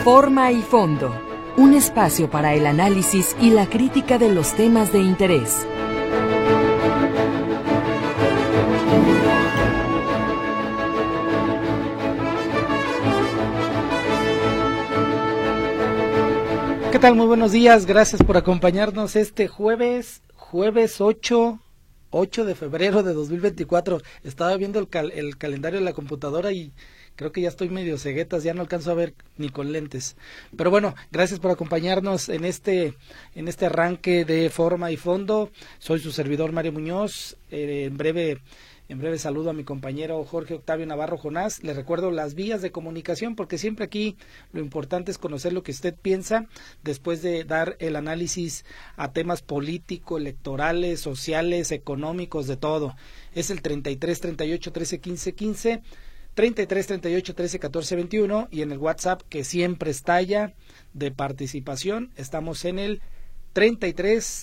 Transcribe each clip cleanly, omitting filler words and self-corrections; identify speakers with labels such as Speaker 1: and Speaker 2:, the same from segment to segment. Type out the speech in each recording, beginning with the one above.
Speaker 1: Forma y fondo, un espacio para el análisis y la crítica de los temas de interés.
Speaker 2: ¿Qué tal? Muy buenos días, gracias por acompañarnos este jueves 8 de febrero de 2024. Estaba viendo el calendario de la computadora y creo que ya estoy medio ceguetas, ya no alcanzo a ver ni con lentes. Pero bueno, gracias por acompañarnos en este arranque de Forma y Fondo. Soy su servidor Mario Muñoz. En breve saludo a mi compañero Jorge Octavio Navarro Jonás. Le recuerdo las vías de comunicación, porque siempre aquí lo importante es conocer lo que usted piensa después de dar el análisis a temas políticos, electorales, sociales, económicos, de todo. Es el 33 38 13 15 15, 33 38 13 14 21, y en el WhatsApp, que siempre estalla de participación, estamos en el 33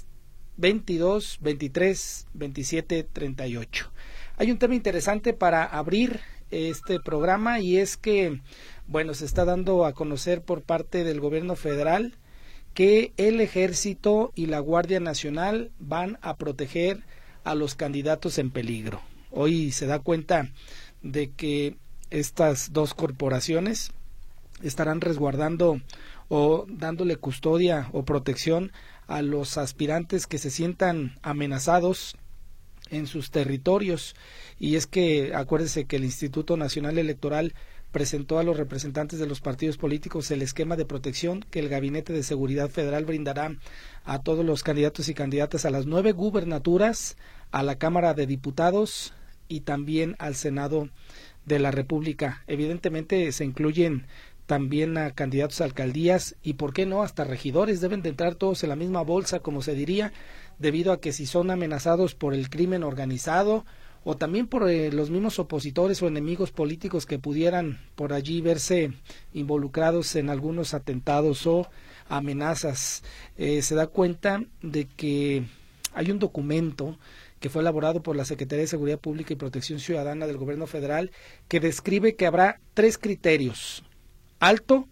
Speaker 2: 22 23 27 38. Hay un tema interesante para abrir este programa, y es que, bueno, se está dando a conocer por parte del gobierno federal que el Ejército y la Guardia Nacional van a proteger a los candidatos en peligro. Hoy se da cuenta de que estas dos corporaciones estarán resguardando o dándole custodia o protección a los aspirantes que se sientan amenazados en sus territorios. Y es que acuérdense que el Instituto Nacional Electoral presentó a los representantes de los partidos políticos el esquema de protección que el Gabinete de Seguridad Federal brindará a todos los candidatos y candidatas a las 9 gubernaturas, a la Cámara de Diputados y también al Senado de la República. Evidentemente se incluyen también a candidatos a alcaldías y, ¿por qué no?, hasta regidores. Deben de entrar todos en la misma bolsa, como se diría, debido a que si son amenazados por el crimen organizado o también por los mismos opositores o enemigos políticos que pudieran por allí verse involucrados en algunos atentados o amenazas. Se da cuenta de que hay un documento que fue elaborado por la Secretaría de Seguridad Pública y Protección Ciudadana del Gobierno Federal, que describe que habrá 3 criterios: alto,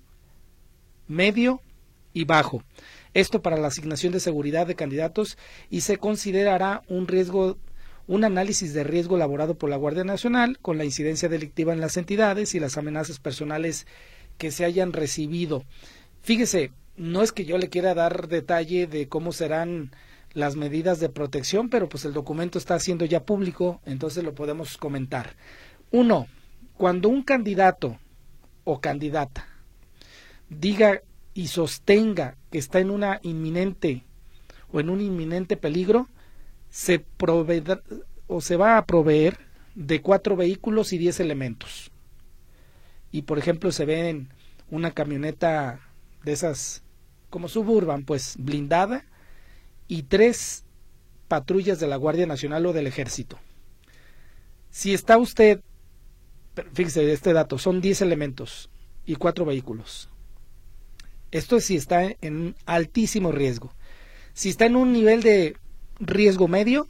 Speaker 2: medio y bajo. Esto para la asignación de seguridad de candidatos, y se considerará un análisis de riesgo elaborado por la Guardia Nacional con la incidencia delictiva en las entidades y las amenazas personales que se hayan recibido. Fíjese, no es que yo le quiera dar detalle de cómo serán las medidas de protección, pero pues el documento está siendo ya público, entonces lo podemos comentar. 1. Cuando un candidato o candidata diga y sostenga que está en una inminente o en un inminente peligro, se va a proveer de 4 vehículos y 10 elementos. Y por ejemplo se ve en una camioneta de esas como Suburban, pues blindada, y 3 patrullas de la Guardia Nacional o del Ejército. Si está usted, fíjese este dato, son 10 elementos y 4 vehículos. Esto es si está en altísimo riesgo. Si está en un nivel de riesgo medio,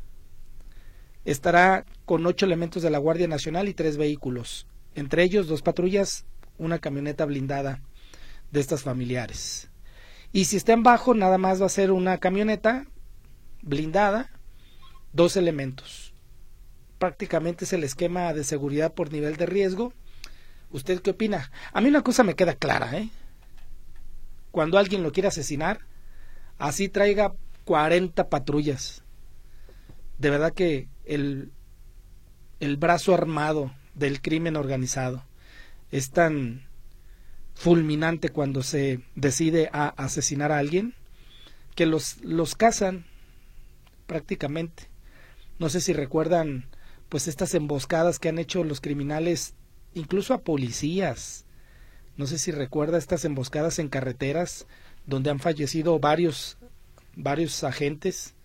Speaker 2: estará con 8 elementos de la Guardia Nacional y 3 vehículos, entre ellos 2 patrullas, una camioneta blindada de estas familiares. Y si está en bajo, nada más va a ser una camioneta blindada, 2 elementos. Prácticamente es el esquema de seguridad por nivel de riesgo. ¿Usted qué opina? A mí una cosa me queda clara, cuando alguien lo quiere asesinar, así traiga 40 patrullas. De verdad que el brazo armado del crimen organizado es tan fulminante cuando se decide a asesinar a alguien, que los cazan prácticamente. No sé si recuerdan pues estas emboscadas que han hecho los criminales incluso a policías. No sé si recuerda estas emboscadas en carreteras donde han fallecido varios agentes,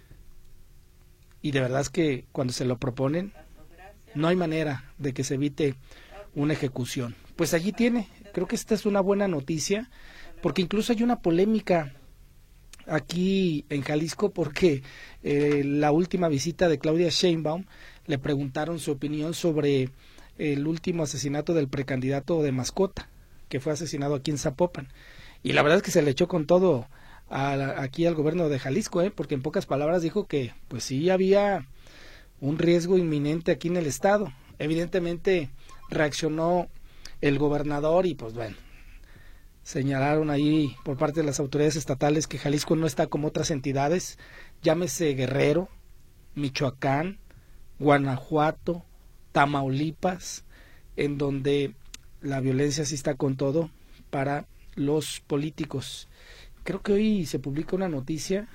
Speaker 2: y de verdad es que cuando se lo proponen no hay manera de que se evite una ejecución. Pues allí tiene, creo que esta es una buena noticia, porque incluso hay una polémica aquí en Jalisco, porque la última visita de Claudia Sheinbaum le preguntaron su opinión sobre el último asesinato del precandidato de Mascota, que fue asesinado aquí en Zapopan. Y la verdad es que se le echó con todo aquí al gobierno de Jalisco, porque en pocas palabras dijo que pues sí había un riesgo inminente aquí en el estado. Evidentemente reaccionó el gobernador y pues bueno, señalaron ahí por parte de las autoridades estatales que Jalisco no está como otras entidades, llámese Guerrero, Michoacán, Guanajuato, Tamaulipas, en donde la violencia sí está con todo para los políticos. Creo que hoy se publica una noticia,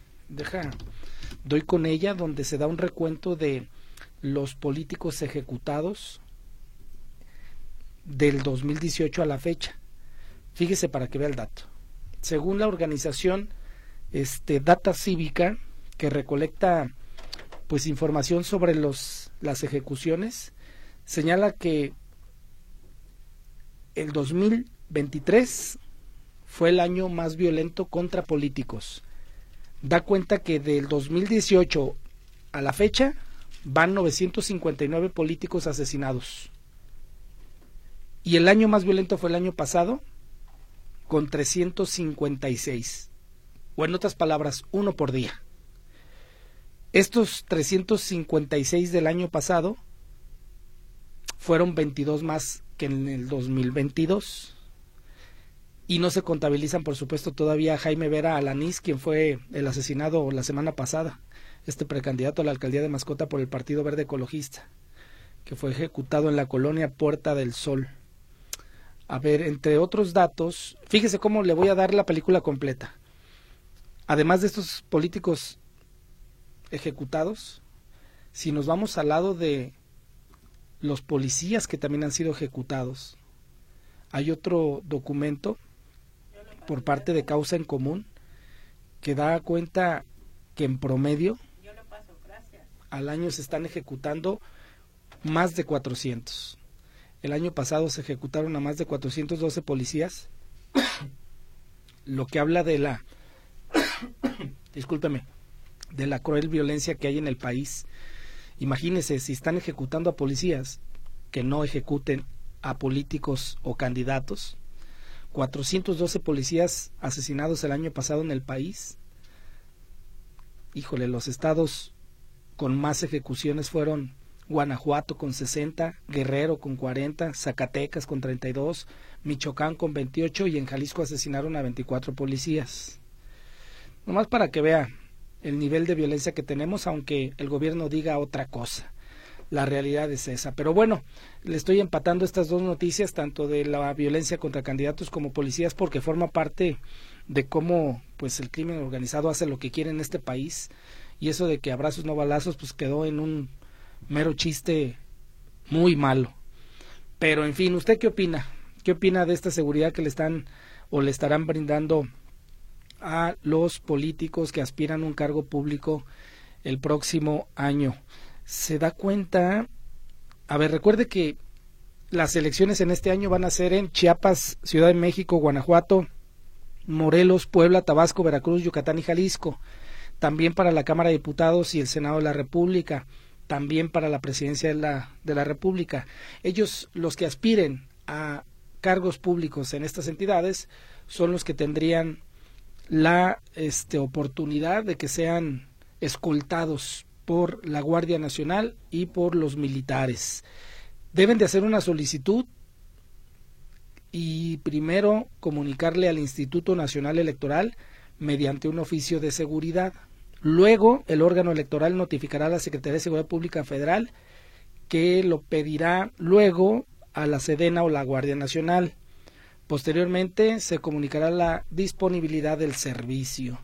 Speaker 2: doy con ella, donde se da un recuento de los políticos ejecutados del 2018 a la fecha. Fíjese para que vea el dato. Según la organización Data Cívica, que recolecta pues información sobre las ejecuciones, señala que el 2023 fue el año más violento contra políticos. Da cuenta que del 2018 a la fecha van 959 políticos asesinados. Y el año más violento fue el año pasado, con 356. O en otras palabras, uno por día. Estos 356 del año pasado fueron 22 más que en el 2022. Y no se contabilizan, por supuesto, todavía a Jaime Vera Alanís, quien fue el asesinado la semana pasada, precandidato a la alcaldía de Mascota por el Partido Verde Ecologista, que fue ejecutado en la colonia Puerta del Sol. A ver, entre otros datos, fíjese cómo le voy a dar la película completa. Además de estos políticos ejecutados, si nos vamos al lado de los policías que también han sido ejecutados, hay otro documento por parte de Causa en Común que da cuenta que en promedio al año se están ejecutando más de 400. El año pasado se ejecutaron a más de 412 policías, lo que habla de la de la cruel violencia que hay en el país. Imagínense, si están ejecutando a policías, que no ejecuten a políticos o candidatos. 412 policías asesinados el año pasado en el país. Híjole, los estados con más ejecuciones fueron Guanajuato con 60, Guerrero con 40, Zacatecas con 32, Michoacán con 28 y en Jalisco asesinaron a 24 policías. Nomás para que vea el nivel de violencia que tenemos, aunque el gobierno diga otra cosa. La realidad es esa. Pero bueno, le estoy empatando estas dos noticias, tanto de la violencia contra candidatos como policías, porque forma parte de cómo pues el crimen organizado hace lo que quiere en este país, y eso de que abrazos no balazos pues quedó en un mero chiste muy malo. Pero en fin, ¿usted qué opina? ¿Qué opina de esta seguridad que le están o le estarán brindando a los políticos que aspiran a un cargo público el próximo año? Se da cuenta, a ver, recuerde que las elecciones en este año van a ser en Chiapas, Ciudad de México, Guanajuato, Morelos, Puebla, Tabasco, Veracruz, Yucatán y Jalisco. También para la Cámara de Diputados y el Senado de la República. También para la presidencia de la República. Ellos, los que aspiren a cargos públicos en estas entidades, son los que tendrían la oportunidad de que sean escoltados por la Guardia Nacional y por los militares. Deben de hacer una solicitud y primero comunicarle al Instituto Nacional Electoral mediante un oficio de seguridad. Luego, el órgano electoral notificará a la Secretaría de Seguridad Pública Federal, que lo pedirá luego a la Sedena o la Guardia Nacional. Posteriormente, se comunicará la disponibilidad del servicio.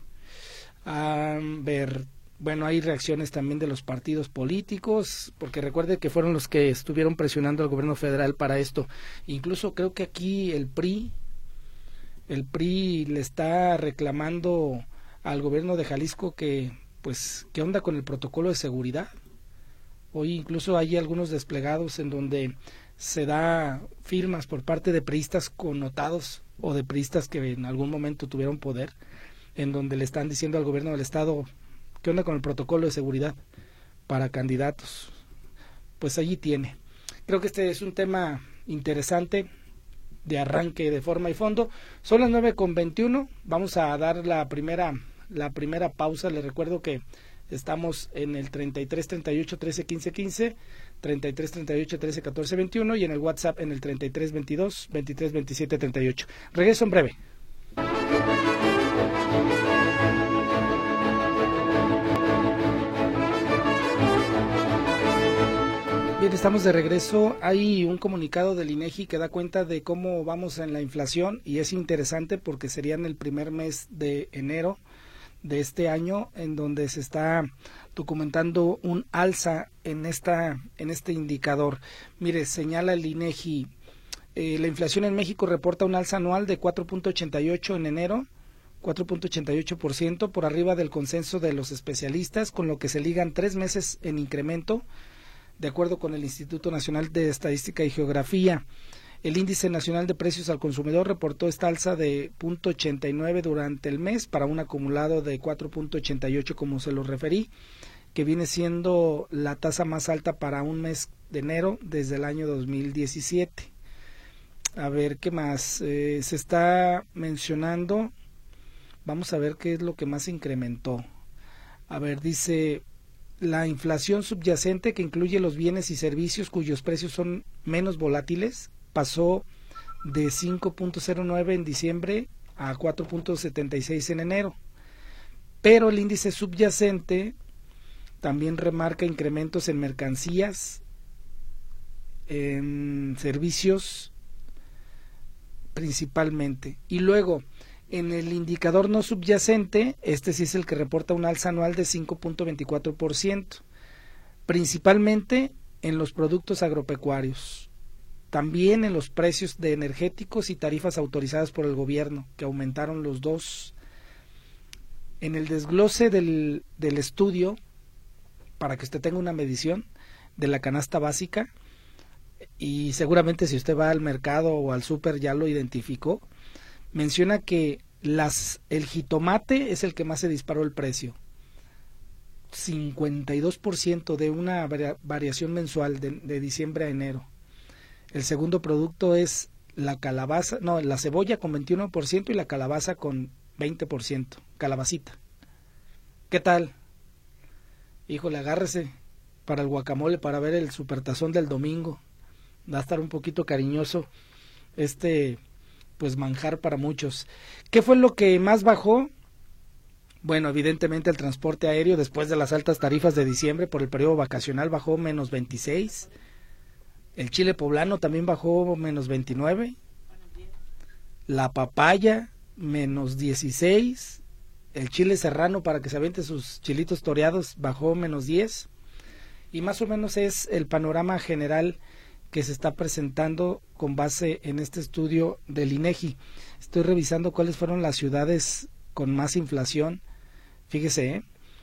Speaker 2: Bueno, hay reacciones también de los partidos políticos, porque recuerde que fueron los que estuvieron presionando al gobierno federal para esto. Incluso creo que aquí el PRI le está reclamando al gobierno de Jalisco que, pues, ¿qué onda con el protocolo de seguridad? Hoy incluso hay algunos desplegados en donde se da firmas por parte de priistas connotados o de priistas que en algún momento tuvieron poder, en donde le están diciendo al gobierno del estado, ¿qué onda con el protocolo de seguridad para candidatos? Pues allí tiene. Creo que este es un tema interesante de arranque de forma y fondo. Son las 9:21, vamos a dar la primera pausa. Les recuerdo que estamos en el 33 38 13 15 15, 33 38 13 14 21 y en el WhatsApp en el 33 22 23 27 38. Regreso en breve. Bien, estamos de regreso. Hay un comunicado del INEGI que da cuenta de cómo vamos en la inflación y es interesante porque sería en el primer mes de enero de este año en donde se está documentando un alza en este indicador. Mire, señala el INEGI, la inflación en México reporta un alza anual de 4.88 en enero, 4.88% por arriba del consenso de los especialistas, con lo que se ligan 3 meses en incremento. De acuerdo con el Instituto Nacional de Estadística y Geografía, el Índice Nacional de Precios al Consumidor reportó esta alza de 0.89 durante el mes para un acumulado de 4.88, como se lo referí, que viene siendo la tasa más alta para un mes de enero desde el año 2017. A ver, ¿qué más? Se está mencionando, vamos a ver qué es lo que más se incrementó. A ver, dice... La inflación subyacente, que incluye los bienes y servicios cuyos precios son menos volátiles, pasó de 5.09 en diciembre a 4.76 en enero. Pero el índice subyacente también remarca incrementos en mercancías, en servicios principalmente. Y luego, en el indicador no subyacente, este sí es el que reporta un alza anual de 5.24%, principalmente en los productos agropecuarios, también en los precios de energéticos y tarifas autorizadas por el gobierno, que aumentaron los dos. En el desglose del estudio, para que usted tenga una medición de la canasta básica, y seguramente si usted va al mercado o al súper ya lo identificó, menciona que el jitomate es el que más se disparó el precio, 52% de una variación mensual de diciembre a enero. El segundo producto es la cebolla con 21% y la calabaza con 20%, calabacita. ¿Qué tal? Híjole, agárrese para el guacamole, para ver el supertazón del domingo. Va a estar un poquito cariñoso pues manjar para muchos. ¿Qué fue lo que más bajó? Bueno, evidentemente el transporte aéreo después de las altas tarifas de diciembre por el periodo vacacional bajó menos 26. El chile poblano también bajó menos 29. La papaya menos 16. El chile serrano, para que se aviente sus chilitos toreados, bajó menos 10. Y más o menos es el panorama general que se está presentando con base en este estudio del INEGI. Estoy revisando cuáles fueron las ciudades con más inflación. Fíjese,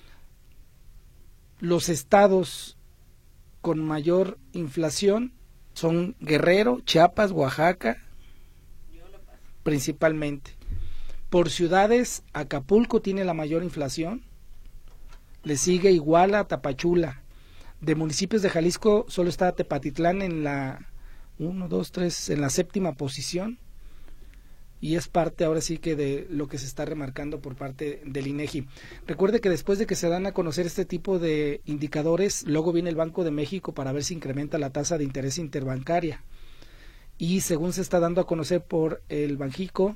Speaker 2: los estados con mayor inflación son Guerrero, Chiapas, Oaxaca, principalmente. Por ciudades, Acapulco tiene la mayor inflación, le sigue Iguala, Tapachula. De municipios de Jalisco solo está Tepatitlán en la en la 7ª posición, y es parte ahora sí que de lo que se está remarcando por parte del INEGI. Recuerde que después de que se dan a conocer este tipo de indicadores, luego viene el Banco de México para ver si incrementa la tasa de interés interbancaria, y según se está dando a conocer por el Banjico,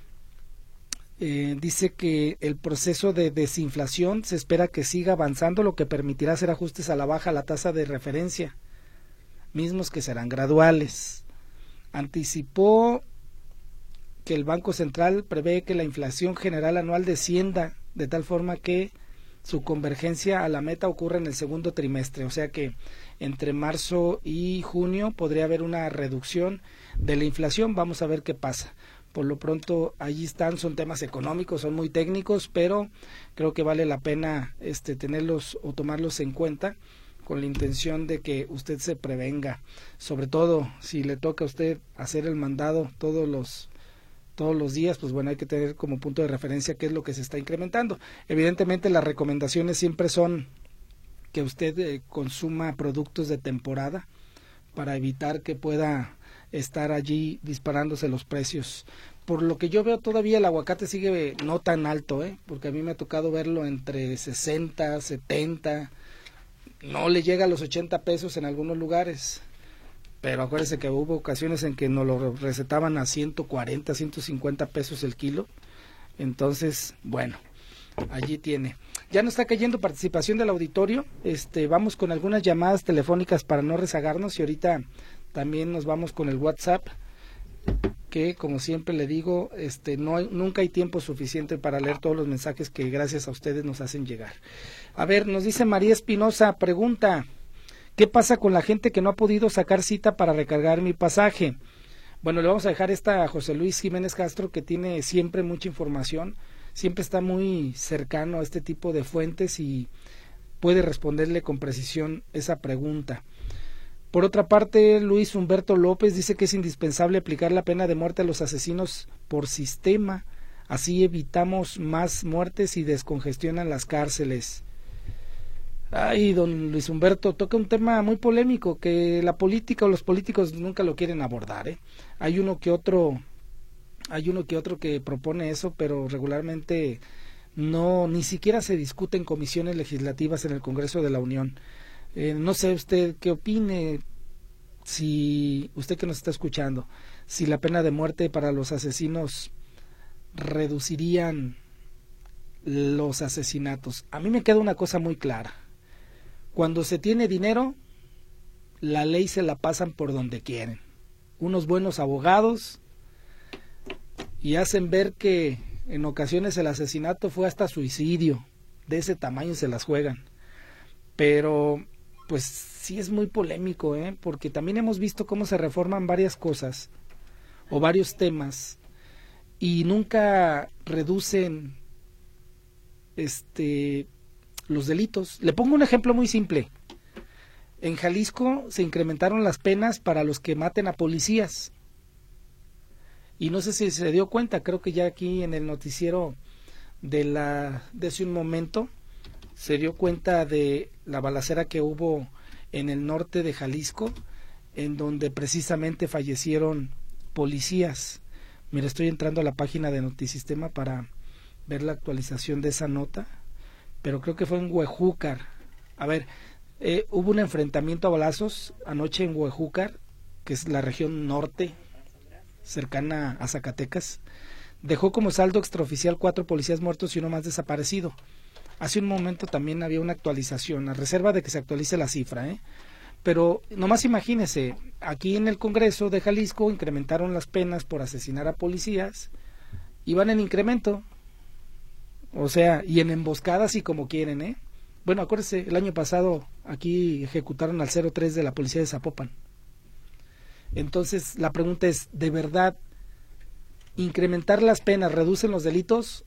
Speaker 2: dice que el proceso de desinflación se espera que siga avanzando, lo que permitirá hacer ajustes a la baja a la tasa de referencia, mismos que serán graduales. Anticipó que el Banco Central prevé que la inflación general anual descienda de tal forma que su convergencia a la meta ocurra en el segundo trimestre, o sea que entre marzo y junio podría haber una reducción de la inflación. Vamos a ver qué pasa. Por lo pronto, allí están, son temas económicos, son muy técnicos, pero creo que vale la pena tenerlos o tomarlos en cuenta con la intención de que usted se prevenga, sobre todo si le toca a usted hacer el mandado todos los días, pues bueno, hay que tener como punto de referencia qué es lo que se está incrementando. Evidentemente las recomendaciones siempre son que usted consuma productos de temporada para evitar que pueda estar allí disparándose los precios. Por lo que yo veo todavía el aguacate sigue no tan alto, porque a mí me ha tocado verlo entre 60, 70, no le llega a los 80 pesos en algunos lugares, pero acuérdense que hubo ocasiones en que nos lo recetaban a 140, 150 pesos el kilo. Entonces, bueno, allí tiene. Ya nos está cayendo participación del auditorio. Vamos con algunas llamadas telefónicas para no rezagarnos, y ahorita también nos vamos con el WhatsApp, que como siempre le digo, nunca hay tiempo suficiente para leer todos los mensajes que gracias a ustedes nos hacen llegar. A ver, nos dice María Espinosa, pregunta: ¿qué pasa con la gente que no ha podido sacar cita para recargar mi pasaje? Bueno, le vamos a dejar esta a José Luis Jiménez Castro, que tiene siempre mucha información, siempre está muy cercano a este tipo de fuentes y puede responderle con precisión esa pregunta. Por otra parte, Luis Humberto López dice que es indispensable aplicar la pena de muerte a los asesinos por sistema, así evitamos más muertes y descongestionan las cárceles. Ay, don Luis Humberto, toca un tema muy polémico que la política o los políticos nunca lo quieren abordar, Hay uno que otro que propone eso, pero regularmente no, ni siquiera se discute en comisiones legislativas en el Congreso de la Unión. No sé usted qué opine, si usted que nos está escuchando, si la pena de muerte para los asesinos reducirían los asesinatos. A mí me queda una cosa muy clara: cuando se tiene dinero, la ley se la pasan por donde quieren. Unos buenos abogados y hacen ver que en ocasiones el asesinato fue hasta suicidio. De ese tamaño se las juegan. Pero pues sí es muy polémico, porque también hemos visto cómo se reforman varias cosas o varios temas y nunca reducen los delitos. Le pongo un ejemplo muy simple. En Jalisco se incrementaron las penas para los que maten a policías. Y no sé si se dio cuenta, creo que ya aquí en el noticiero de hace un momento se dio cuenta de la balacera que hubo en el norte de Jalisco, en donde precisamente fallecieron policías. Mira, estoy entrando a la página de Notisistema para ver la actualización de esa nota, pero creo que fue en Huejúcar. A ver, hubo un enfrentamiento a balazos anoche en Huejúcar, que es la región norte, cercana a Zacatecas. Dejó como saldo extraoficial 4 policías muertos y uno más desaparecido. Hace un momento también había una actualización, a reserva de que se actualice la cifra, Pero nomás imagínese, aquí en el Congreso de Jalisco incrementaron las penas por asesinar a policías y van en incremento, o sea, y en emboscadas y como quieren, Bueno, acuérdese, el año pasado aquí ejecutaron al 03 de la policía de Zapopan. Entonces la pregunta es, ¿de verdad incrementar las penas reducen los delitos?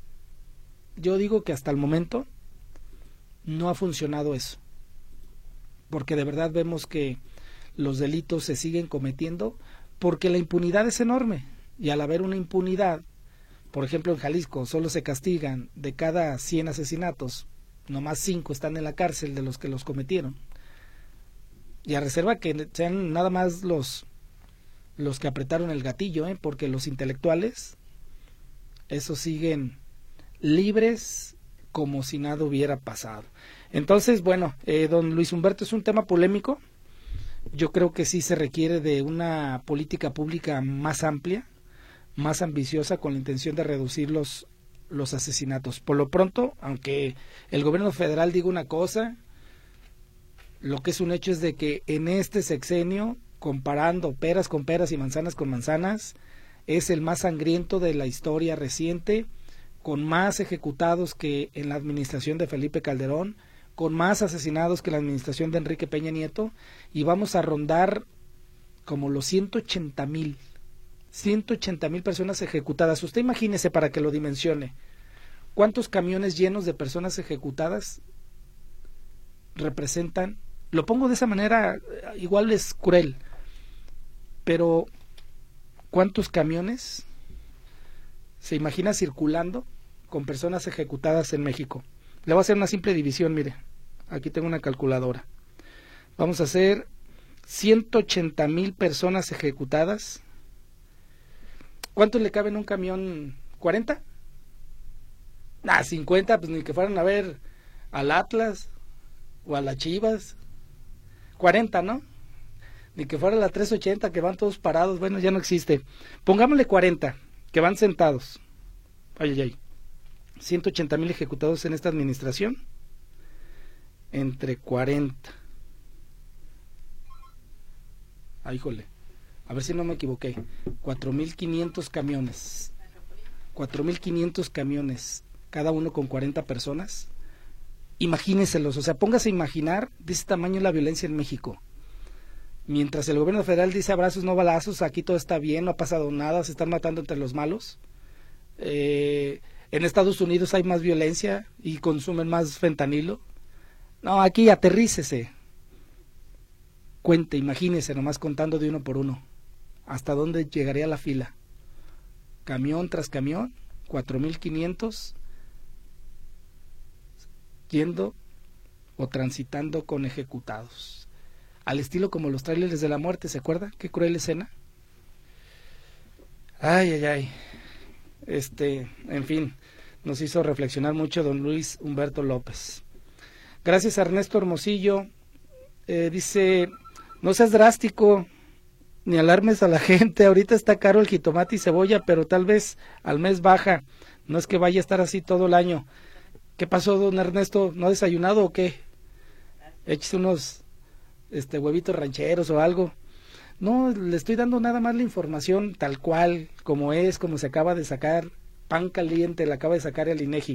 Speaker 2: Yo digo que hasta el momento no ha funcionado eso, porque de verdad vemos que los delitos se siguen cometiendo porque la impunidad es enorme, y al haber una impunidad, por ejemplo en Jalisco solo se castigan de cada 100 asesinatos, nomás 5 están en la cárcel de los que los cometieron, y a reserva que sean nada más los que apretaron el gatillo, porque los intelectuales, esos siguen libres como si nada hubiera pasado. Entonces, bueno, don Luis Humberto, es un tema polémico. Yo creo que sí se requiere de una política pública más amplia, más ambiciosa, con la intención de reducir los asesinatos. Por lo pronto, aunque el gobierno federal diga una cosa, lo que es un hecho es de que en este sexenio, comparando peras con peras y manzanas con manzanas, es el más sangriento de la historia reciente, con más ejecutados que en la administración de Felipe Calderón, con más asesinados que en la administración de Enrique Peña Nieto, y vamos a rondar como los 180,000 personas ejecutadas. Usted imagínese, para que lo dimensione, ¿cuántos camiones llenos de personas ejecutadas representan? Lo pongo de esa manera, igual es cruel, pero ¿cuántos camiones se imagina circulando con personas ejecutadas en México? Le voy a hacer una simple división, mire, aquí tengo una calculadora. Vamos a hacer 180,000 personas ejecutadas. ¿Cuántos le caben en un camión? ¿40? 50, pues ni que fueran a ver al Atlas o a las Chivas. 40, ¿no? Ni que fuera la 380, que van todos parados. Bueno, ya no existe. Pongámosle 40, que van sentados. Ay. 180,000 ejecutados en esta administración. Entre 40. Ay, híjole. A ver si no me equivoqué. 4,500 camiones. 4,500 camiones. Cada uno con 40 personas. Imagínenselos. O sea, póngase a imaginar de ese tamaño la violencia en México. Mientras el gobierno federal dice abrazos, no balazos, aquí todo está bien, no ha pasado nada, se están matando entre los malos. En Estados Unidos hay más violencia y consumen más fentanilo. No, aquí aterrícese. Cuente, imagínese, nomás contando de uno por uno. ¿Hasta dónde llegaría la fila? Camión tras camión, 4,500 yendo o transitando con ejecutados. Al estilo como los tráileres de la muerte, ¿se acuerda? Qué cruel escena. Ay. En fin, nos hizo reflexionar mucho don Luis Humberto López. Gracias a Ernesto Hermosillo. Dice, no seas drástico, ni alarmes a la gente, ahorita está caro el jitomate y cebolla, pero tal vez al mes baja, no es que vaya a estar así todo el año. ¿Qué pasó, don Ernesto? ¿No ha desayunado o qué? Échese unos huevitos rancheros o algo. No, le estoy dando nada más la información tal cual, como es, como se acaba de sacar, pan caliente, la acaba de sacar el INEGI,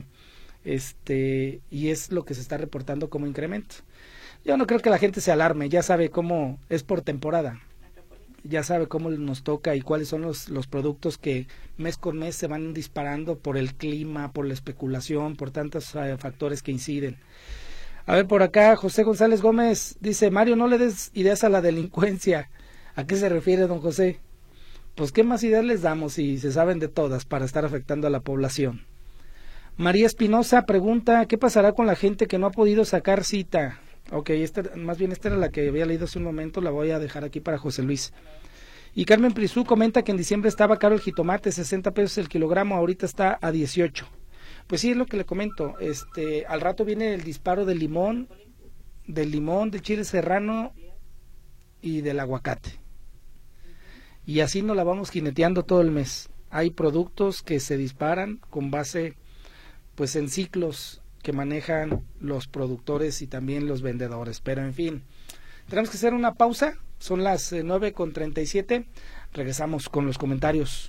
Speaker 2: y es lo que se está reportando como incremento. Yo no creo que la gente se alarme, ya sabe cómo es por temporada, ya sabe cómo nos toca y cuáles son los productos que mes con mes se van disparando por el clima, por la especulación, por tantos factores que inciden. A ver, por acá, José González Gómez dice, Mario, no le des ideas a la delincuencia. ¿A qué se refiere, don José? Pues, ¿qué más ideas les damos si se saben de todas para estar afectando a la población? María Espinosa pregunta, ¿qué pasará con la gente que no ha podido sacar cita? Ok, esta era la que había leído hace un momento, la voy a dejar aquí para José Luis. Y Carmen Prisú comenta que en diciembre estaba caro el jitomate, 60 pesos el kilogramo, ahorita está a 18. Pues sí, es lo que le comento, al rato viene el disparo del limón, del chile serrano y del aguacate. Y así nos la vamos jineteando todo el mes. Hay productos que se disparan con base, pues, en ciclos que manejan los productores y también los vendedores. Pero en fin, tenemos que hacer una pausa, son las 9:37, regresamos con los comentarios.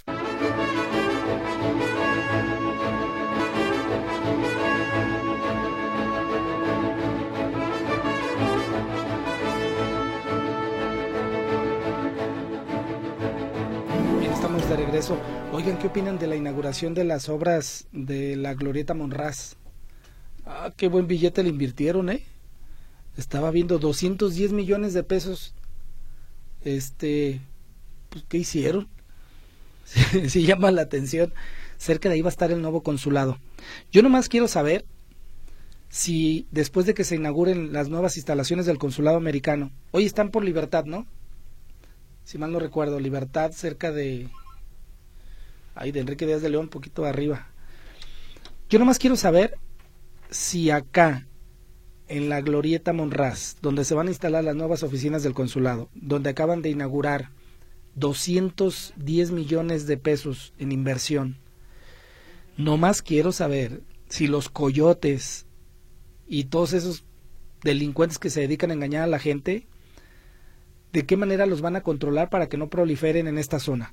Speaker 2: De regreso. Oigan, ¿qué opinan de la inauguración de las obras de la Glorieta Monraz? Qué buen billete le invirtieron, Estaba viendo 210 millones de pesos. Pues, ¿qué hicieron? Sí llama la atención. Cerca de ahí va a estar el nuevo consulado. Yo nomás quiero saber si después de que se inauguren las nuevas instalaciones del consulado americano, hoy están por Libertad, ¿no? Si mal no recuerdo, Libertad cerca de Enrique Díaz de León, un poquito arriba. Yo nomás quiero saber si acá, en la Glorieta Monraz, donde se van a instalar las nuevas oficinas del consulado, donde acaban de inaugurar 210 millones de pesos en inversión, nomás quiero saber si los coyotes y todos esos delincuentes que se dedican a engañar a la gente, de qué manera los van a controlar para que no proliferen en esta zona.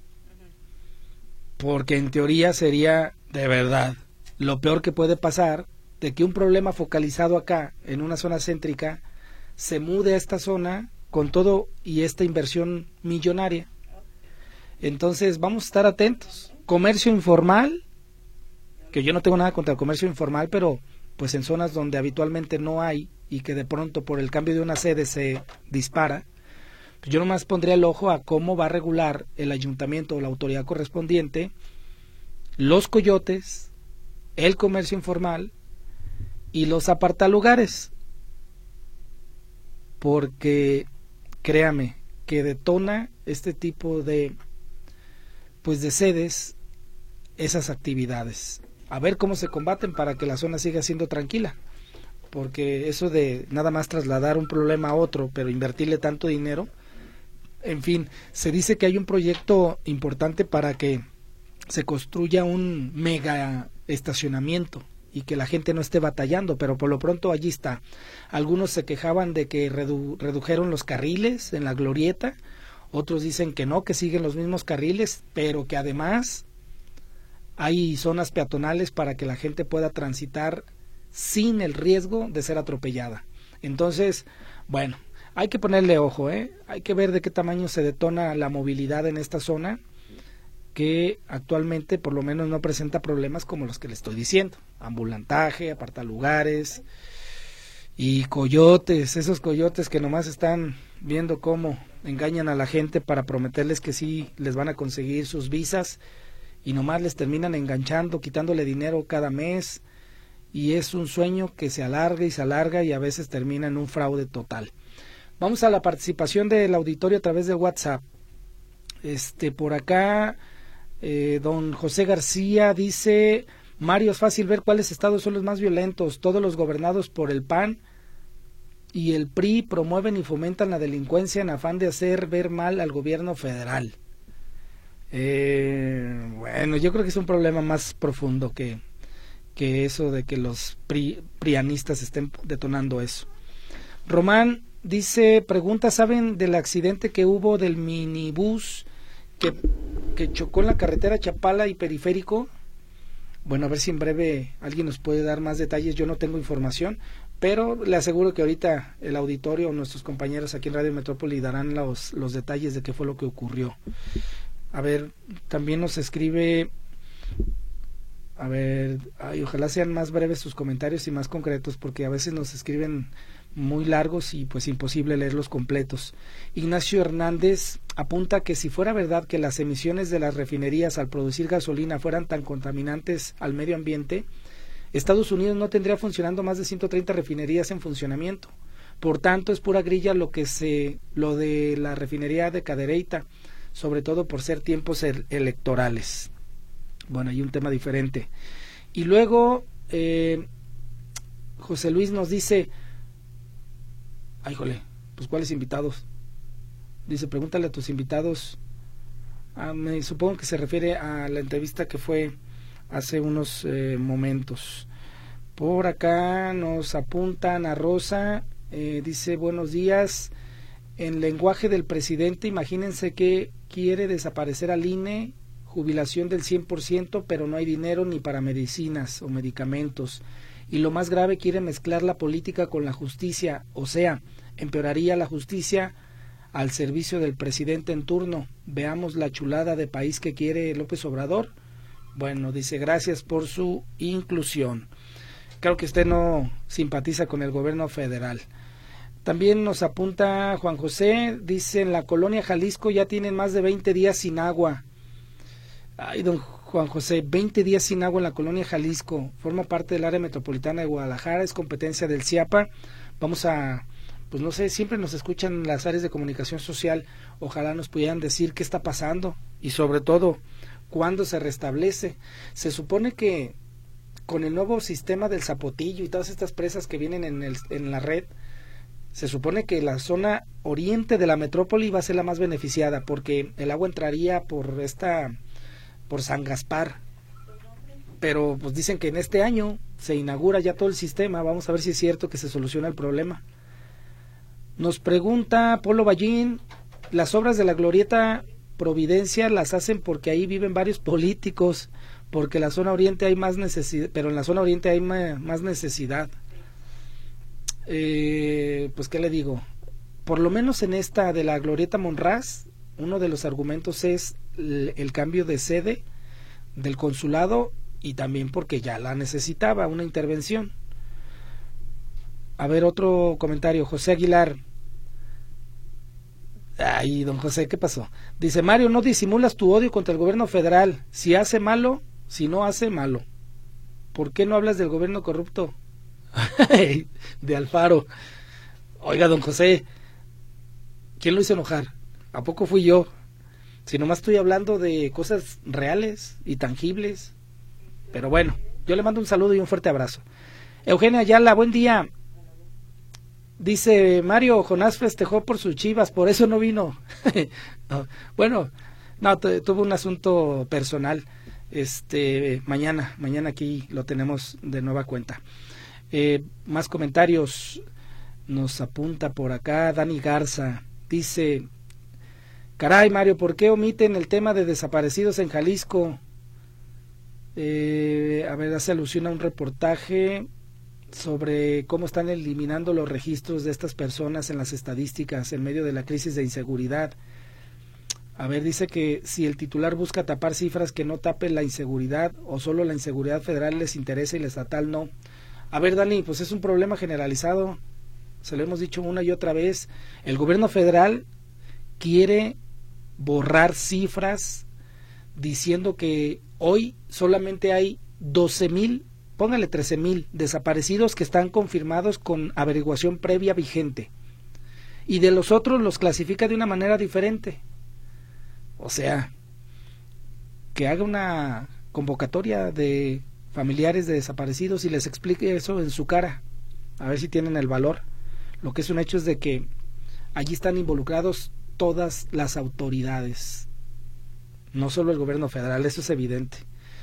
Speaker 2: Porque en teoría sería, de verdad, lo peor que puede pasar, de que un problema focalizado acá, en una zona céntrica, se mude a esta zona con todo y esta inversión millonaria. Entonces vamos a estar atentos. Comercio informal, que yo no tengo nada contra el comercio informal, pero pues en zonas donde habitualmente no hay y que de pronto por el cambio de una sede se dispara, yo nomás pondría el ojo a cómo va a regular el ayuntamiento o la autoridad correspondiente los coyotes, el comercio informal y los apartalugares, porque créame, que detona este tipo de, pues de sedes, esas actividades. A ver cómo se combaten para que la zona siga siendo tranquila, porque eso de nada más trasladar un problema a otro, pero invertirle tanto dinero, en fin, se dice que hay un proyecto importante para que se construya un mega estacionamiento y que la gente no esté batallando, pero por lo pronto allí está. Algunos se quejaban de que redujeron los carriles en la glorieta, otros dicen que no, que siguen los mismos carriles, pero que además hay zonas peatonales para que la gente pueda transitar sin el riesgo de ser atropellada. Entonces, bueno, hay que ponerle ojo, hay que ver de qué tamaño se detona la movilidad en esta zona, que actualmente por lo menos no presenta problemas como los que le estoy diciendo: ambulantaje, apartalugares y coyotes, esos coyotes que nomás están viendo cómo engañan a la gente para prometerles que sí les van a conseguir sus visas y nomás les terminan enganchando, quitándole dinero cada mes, y es un sueño que se alarga y se alarga y a veces termina en un fraude total. Vamos a la participación del auditorio a través de WhatsApp. Por acá don José García dice: Mario, es fácil ver cuáles estados son los más violentos. Todos los gobernados por el PAN y el PRI promueven y fomentan la delincuencia en afán de hacer ver mal al gobierno federal. Bueno, yo creo que es un problema más profundo que eso de que los prianistas estén detonando eso. Román dice, pregunta: ¿saben del accidente que hubo del minibús que chocó en la carretera Chapala y Periférico? Bueno, a ver si en breve alguien nos puede dar más detalles. Yo no tengo información, pero le aseguro que ahorita el auditorio o nuestros compañeros aquí en Radio Metrópoli darán los detalles de qué fue lo que ocurrió. A ver, también nos escribe, a ver, ojalá sean más breves sus comentarios y más concretos, porque a veces nos escriben muy largos y pues imposible leerlos completos. Ignacio Hernández apunta que si fuera verdad que las emisiones de las refinerías al producir gasolina fueran tan contaminantes al medio ambiente, Estados Unidos no tendría funcionando más de 130 refinerías en funcionamiento. Por tanto, es pura grilla lo de la refinería de Cadereyta, sobre todo por ser tiempos electorales. Bueno, hay un tema diferente. Y luego José Luis nos dice, ay, jole, pues ¿cuáles invitados? Dice, pregúntale a tus invitados. Me supongo que se refiere a la entrevista que fue hace unos momentos. Por acá nos apuntan a Rosa, dice, buenos días. En lenguaje del presidente, imagínense que quiere desaparecer al INE, jubilación del 100%, pero no hay dinero ni para medicinas o medicamentos. Y lo más grave, quiere mezclar la política con la justicia, o sea, empeoraría la justicia al servicio del presidente en turno. Veamos la chulada de país que quiere López Obrador. Bueno, dice, gracias por su inclusión. Creo que usted no simpatiza con el gobierno federal. También nos apunta Juan José, dice, en la colonia Jalisco ya tienen más de 20 días sin agua. Ay, don Juan José, 20 días sin agua en la colonia Jalisco. Forma parte del área metropolitana de Guadalajara, es competencia del CIAPA. Vamos a, pues no sé, siempre nos escuchan las áreas de comunicación social. Ojalá nos pudieran decir qué está pasando y sobre todo, cuándo se restablece. Se supone que con el nuevo sistema del Zapotillo y todas estas presas que vienen en la red, se supone que la zona oriente de la metrópoli va a ser la más beneficiada, porque el agua entraría por San Gaspar, pero pues dicen que en este año se inaugura ya todo el sistema. Vamos a ver si es cierto que se soluciona el problema. Nos pregunta Polo Ballín, las obras de la Glorieta Providencia las hacen porque ahí viven varios políticos, porque en la zona oriente hay más necesidad, pero en la zona oriente hay más necesidad. Pues qué le digo, por lo menos en esta de la Glorieta Monraz, uno de los argumentos es el cambio de sede del consulado y también porque ya la necesitaba una intervención. A ver, otro comentario, José Aguilar. Ay, don José, ¿qué pasó? Dice, Mario, no disimulas tu odio contra el gobierno federal. Si hace malo, si no hace malo. ¿Por qué no hablas del gobierno corrupto? De Alfaro. Oiga, don José, ¿Quién lo hizo enojar? ¿A poco fui yo? Si nomás estoy hablando de cosas reales y tangibles. Pero bueno, yo le mando un saludo y un fuerte abrazo. Eugenia Ayala, buen día. Dice Mario, Jonás festejó por sus Chivas, por eso no vino. No, bueno, no, tuvo un asunto personal. Mañana aquí lo tenemos de nueva cuenta. Más comentarios nos apunta por acá Dani Garza. Dice, caray Mario, ¿por qué omiten el tema de desaparecidos en Jalisco? Hace alusión a un reportaje sobre cómo están eliminando los registros de estas personas en las estadísticas en medio de la crisis de inseguridad. Dice que si el titular busca tapar cifras, que no tape la inseguridad, o solo la inseguridad federal les interesa y la estatal no. Dani, pues es un problema generalizado, se lo hemos dicho una y otra vez. El gobierno federal quiere borrar cifras diciendo que hoy solamente hay 12,000, póngale 13,000 desaparecidos que están confirmados con averiguación previa vigente, y de los otros los clasifica de una manera diferente. O sea, que haga una convocatoria de familiares de desaparecidos y les explique eso en su cara, a ver si tienen el valor. Lo que es un hecho es de que allí están involucrados todas las autoridades, no solo el gobierno federal, eso es evidente.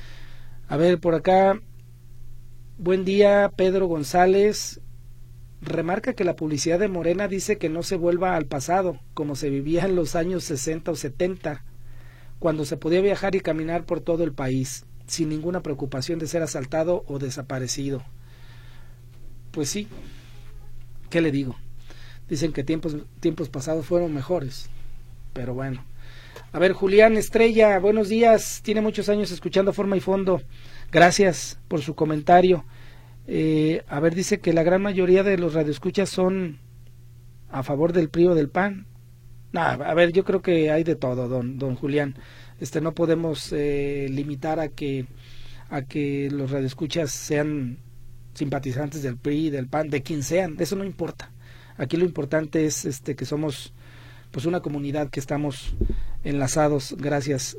Speaker 2: Por acá, buen día, Pedro González. Remarca que la publicidad de Morena dice que no se vuelva al pasado, como se vivía en los años 60 o 70, cuando se podía viajar y caminar por todo el país, sin ninguna preocupación de ser asaltado o desaparecido. Pues sí, ¿qué le digo? Dicen que tiempos pasados fueron mejores, pero bueno. Julián Estrella, buenos días, tiene muchos años escuchando Forma y Fondo, gracias por su comentario. Dice que la gran mayoría de los radioescuchas son a favor del PRI o del PAN. Yo creo que hay de todo, don Julián. No podemos limitar a que los radioescuchas sean simpatizantes del PRI, del PAN, de quien sean, eso no importa. Aquí lo importante es que somos pues una comunidad que estamos enlazados gracias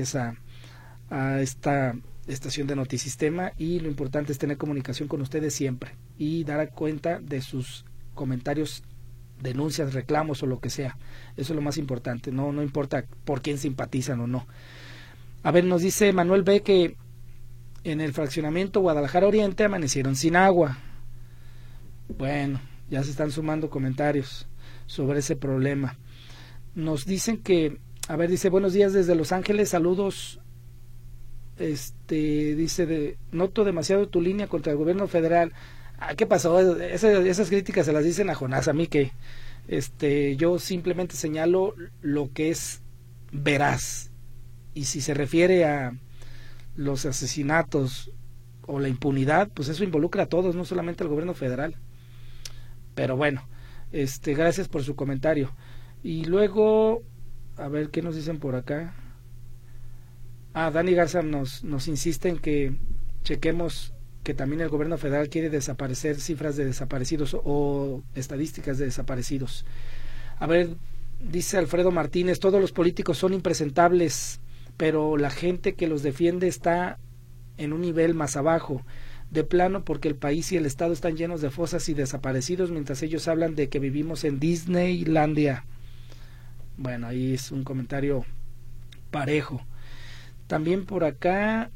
Speaker 2: a esta estación de Notisistema, y lo importante es tener comunicación con ustedes siempre y dar cuenta de sus comentarios, denuncias, reclamos o lo que sea. Eso es lo más importante, no importa por quién simpatizan o no. Nos dice Manuel B. que en el fraccionamiento Guadalajara Oriente amanecieron sin agua. Bueno, ya se están sumando comentarios sobre ese problema. Nos dicen que, dice, buenos días desde Los Ángeles, saludos. Dice, noto demasiado tu línea contra el gobierno federal. ¿Qué pasó? Esas críticas se las dicen a Jonás, a mí que yo simplemente señalo lo que es veraz, y si se refiere a los asesinatos o la impunidad, pues eso involucra a todos, no solamente al gobierno federal. Pero bueno, gracias por su comentario. Y luego, ¿qué nos dicen por acá? Dani Garza nos insiste en que chequemos que también el gobierno federal quiere desaparecer cifras de desaparecidos o estadísticas de desaparecidos. Dice Alfredo Martínez, todos los políticos son impresentables, pero la gente que los defiende está en un nivel más abajo, de plano, porque el país y el estado están llenos de fosas y desaparecidos, mientras ellos hablan de que vivimos en Disneylandia. Bueno, ahí es un comentario parejo. También por acá,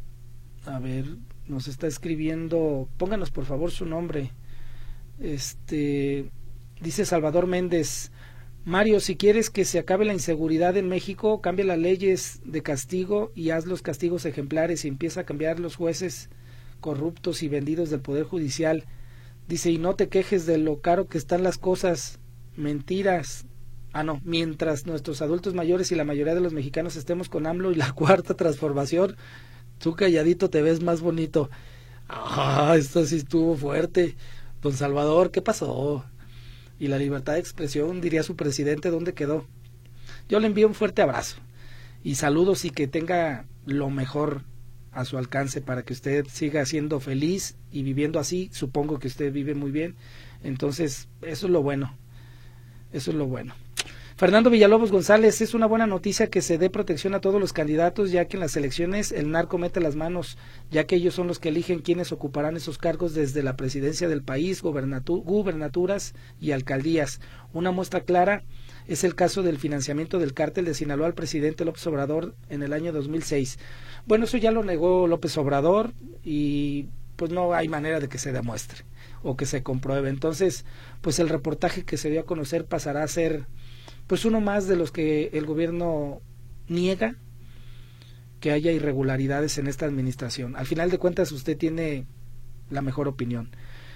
Speaker 2: nos está escribiendo, pónganos por favor su nombre. Dice Salvador Méndez, Mario, si quieres que se acabe la inseguridad en México, cambia las leyes de castigo y haz los castigos ejemplares, y empieza a cambiar los jueces corruptos y vendidos del Poder Judicial. Dice, y no te quejes de lo caro que están las cosas. Mentiras. Mientras nuestros adultos mayores y la mayoría de los mexicanos estemos con AMLO y la cuarta transformación, tú calladito te ves más bonito. Esto sí estuvo fuerte. Don Salvador, ¿qué pasó? Y la libertad de expresión, diría su presidente, ¿dónde quedó? Yo le envío un fuerte abrazo y saludos, y que tenga lo mejor a su alcance para que usted siga siendo feliz y viviendo así. Supongo que usted vive muy bien, entonces eso es lo bueno. Fernando Villalobos González, es una buena noticia que se dé protección a todos los candidatos, ya que en las elecciones el narco mete las manos, ya que ellos son los que eligen quiénes ocuparán esos cargos desde la presidencia del país, gubernaturas y alcaldías. Una muestra clara es el caso del financiamiento del cártel de Sinaloa al presidente López Obrador en el año 2006. Bueno, eso ya lo negó López Obrador y pues no hay manera de que se demuestre o que se compruebe. Entonces, pues el reportaje que se dio a conocer pasará a ser pues uno más de los que el gobierno niega que haya irregularidades en esta administración. Al final de cuentas usted tiene la mejor opinión.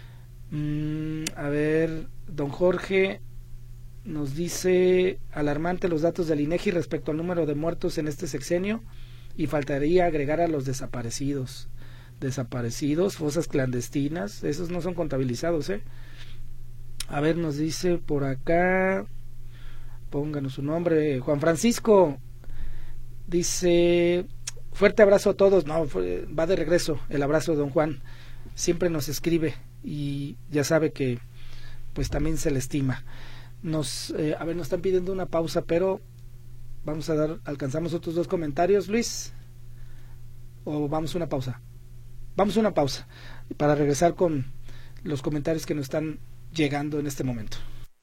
Speaker 2: A ver, don Jorge nos dice, alarmante los datos del INEGI respecto al número de muertos en este sexenio y faltaría agregar a los desaparecidos. Desaparecidos, fosas clandestinas, esos no son contabilizados, ¿eh? A ver, nos dice por acá, pónganos su nombre, Juan Francisco, dice, fuerte abrazo a todos. No, va de regreso el abrazo de don Juan, siempre nos escribe y ya sabe que pues también se le estima. Nos están pidiendo una pausa, pero vamos a alcanzamos otros 2 comentarios, Luis, o vamos a una pausa. Vamos a una pausa para regresar con los comentarios que nos están llegando en este momento.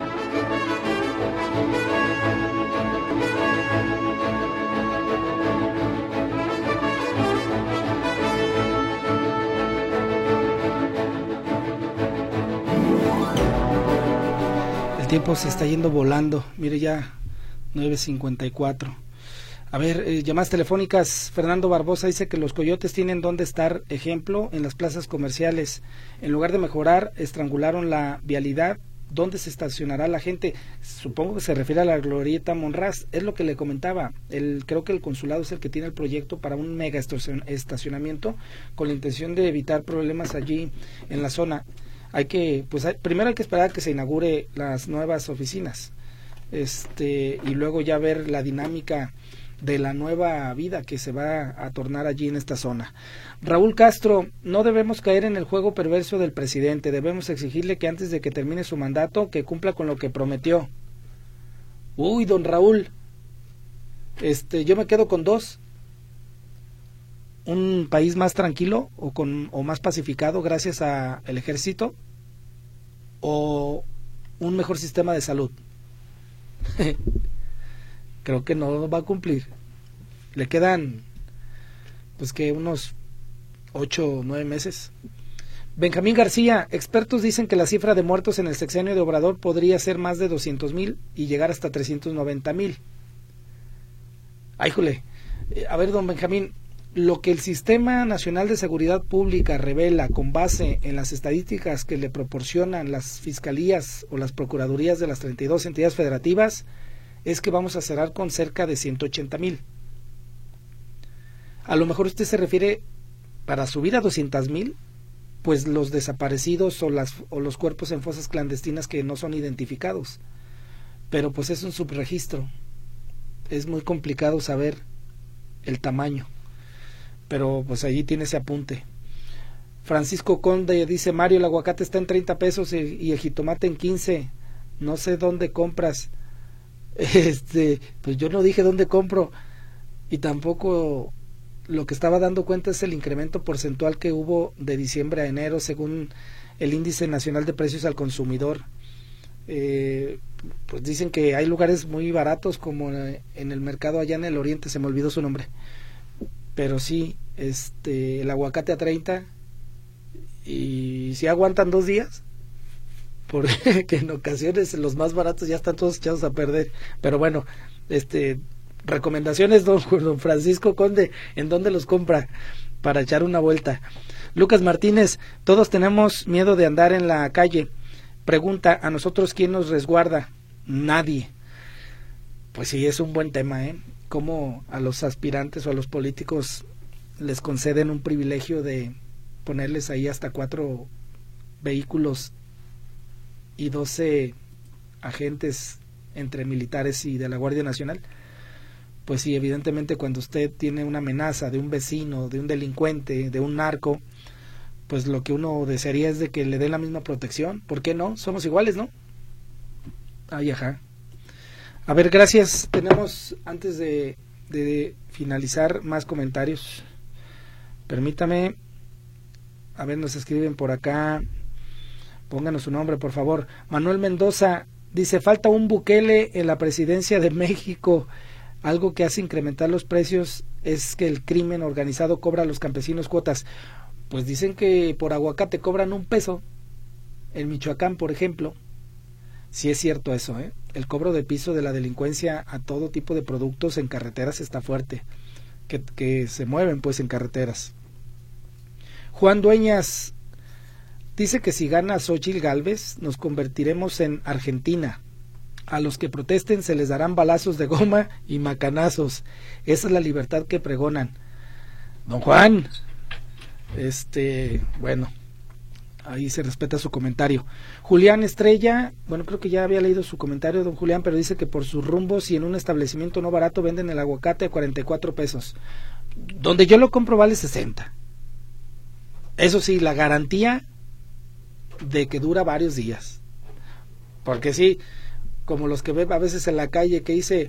Speaker 2: El tiempo se está yendo volando, mire ya 9:54. A ver, llamadas telefónicas. Fernando Barbosa dice que los coyotes tienen donde estar, ejemplo, en las plazas comerciales. En lugar de mejorar, estrangularon la vialidad. ¿Dónde se estacionará la gente? Supongo que se refiere a la glorieta Monraz. Es lo que le comentaba. Creo que el consulado es el que tiene el proyecto para un mega estacionamiento con la intención de evitar problemas allí en la zona. Primero hay que esperar a que se inaugure las nuevas oficinas. Y luego ya ver la dinámica de la nueva vida que se va a tornar allí en esta zona. Raúl Castro, no debemos caer en el juego perverso del presidente, debemos exigirle que antes de que termine su mandato, que cumpla con lo que prometió. Uy, don Raúl, yo me quedo con 2. Un país más tranquilo o más pacificado gracias al ejército, o un mejor sistema de salud. Creo que no va a cumplir. Le quedan unos 8 o 9 meses. Benjamín García, expertos dicen que la cifra de muertos en el sexenio de Obrador podría ser más de 200,000 y llegar hasta 390,000. Ay, jole. A ver, don Benjamín, lo que el Sistema Nacional de Seguridad Pública revela con base en las estadísticas que le proporcionan las fiscalías o las procuradurías de las 32 entidades federativas es que vamos a cerrar con cerca de 180,000. A lo mejor usted se refiere para subir a 200,000, pues los desaparecidos o los cuerpos en fosas clandestinas que no son identificados. Pero pues es un subregistro. Es muy complicado saber el tamaño. Pero pues allí tiene ese apunte. Francisco Conde dice, Mario, el aguacate está en 30 pesos y el jitomate en 15. No sé dónde compras. Pues yo no dije dónde compro, y tampoco lo que estaba dando cuenta es el incremento porcentual que hubo de diciembre a enero según el índice nacional de precios al consumidor. Pues dicen que hay lugares muy baratos como en el mercado allá en el oriente, se me olvidó su nombre, pero sí, el aguacate a 30, y si aguantan 2 días, porque en ocasiones los más baratos ya están todos echados a perder. Pero bueno, recomendaciones, don Francisco Conde, ¿en dónde los compra para echar una vuelta? Lucas Martínez, todos tenemos miedo de andar en la calle. Pregunta, ¿a nosotros quién nos resguarda? Nadie. Pues sí, es un buen tema, cómo a los aspirantes o a los políticos les conceden un privilegio de ponerles ahí hasta 4 vehículos y 12 agentes entre militares y de la Guardia Nacional. Pues sí, evidentemente cuando usted tiene una amenaza de un vecino, de un delincuente, de un narco, pues lo que uno desearía es de que le den la misma protección. ¿Por qué no? Somos iguales, ¿no? Ay, ajá. A ver, gracias. Tenemos, antes de finalizar, más comentarios. Permítame. A ver, nos escriben por acá. Pónganos su nombre, por favor. Manuel Mendoza dice, falta un Bukele en la presidencia de México. Algo que hace incrementar los precios es que el crimen organizado cobra a los campesinos cuotas. Pues dicen que por aguacate cobran $1. En Michoacán, por ejemplo. Sí es cierto eso, ¿eh? El cobro de piso de la delincuencia a todo tipo de productos en carreteras está fuerte. Que se mueven pues en carreteras. Juan Dueñas dice que si gana Xóchitl Gálvez nos convertiremos en Argentina. A los que protesten se les darán balazos de goma y macanazos. Esa es la libertad que pregonan. Don Juan, bueno, ahí se respeta su comentario. Julián Estrella, bueno, creo que ya había leído su comentario, don Julián, pero dice que por sus rumbos y en un establecimiento no barato venden el aguacate a $44. Donde yo lo compro vale 60. Eso sí, la garantía de que dura varios días. Porque sí, como los que ve a veces en la calle que dice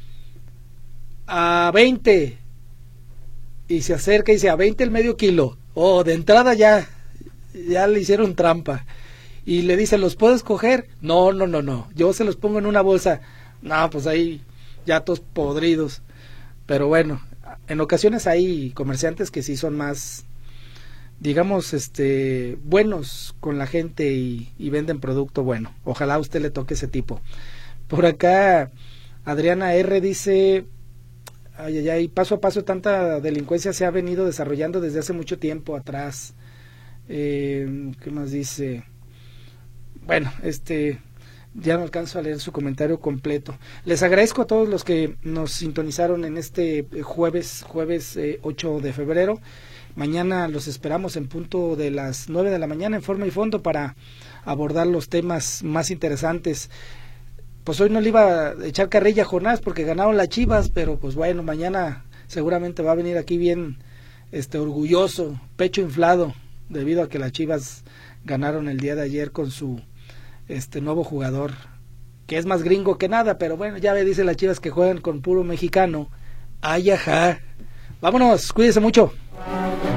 Speaker 2: a 20 y se acerca y dice a 20 el medio kilo. De entrada ya le hicieron trampa. Y le dice, ¿los puedes coger? No, yo se los pongo en una bolsa. No, pues ahí ya todos podridos. Pero bueno, en ocasiones hay comerciantes que sí son más, digamos, buenos con la gente y venden producto bueno. Ojalá a usted le toque ese tipo. Por acá, Adriana R. dice, paso a paso tanta delincuencia se ha venido desarrollando desde hace mucho tiempo atrás. ¿Qué más dice? Bueno, ya no alcanzo a leer su comentario completo. Les agradezco a todos los que nos sintonizaron en este jueves 8 de febrero. Mañana los esperamos en punto de las 9 de la mañana en Forma y Fondo para abordar los temas más interesantes. Pues hoy no le iba a echar carrilla a Jonás porque ganaron las Chivas, pero pues bueno, mañana seguramente va a venir aquí bien orgulloso, pecho inflado, debido a que las Chivas ganaron el día de ayer con su nuevo jugador, que es más gringo que nada, pero bueno, ya ve, dice las Chivas que juegan con puro mexicano. Ay, ajá. Vámonos, cuídese mucho.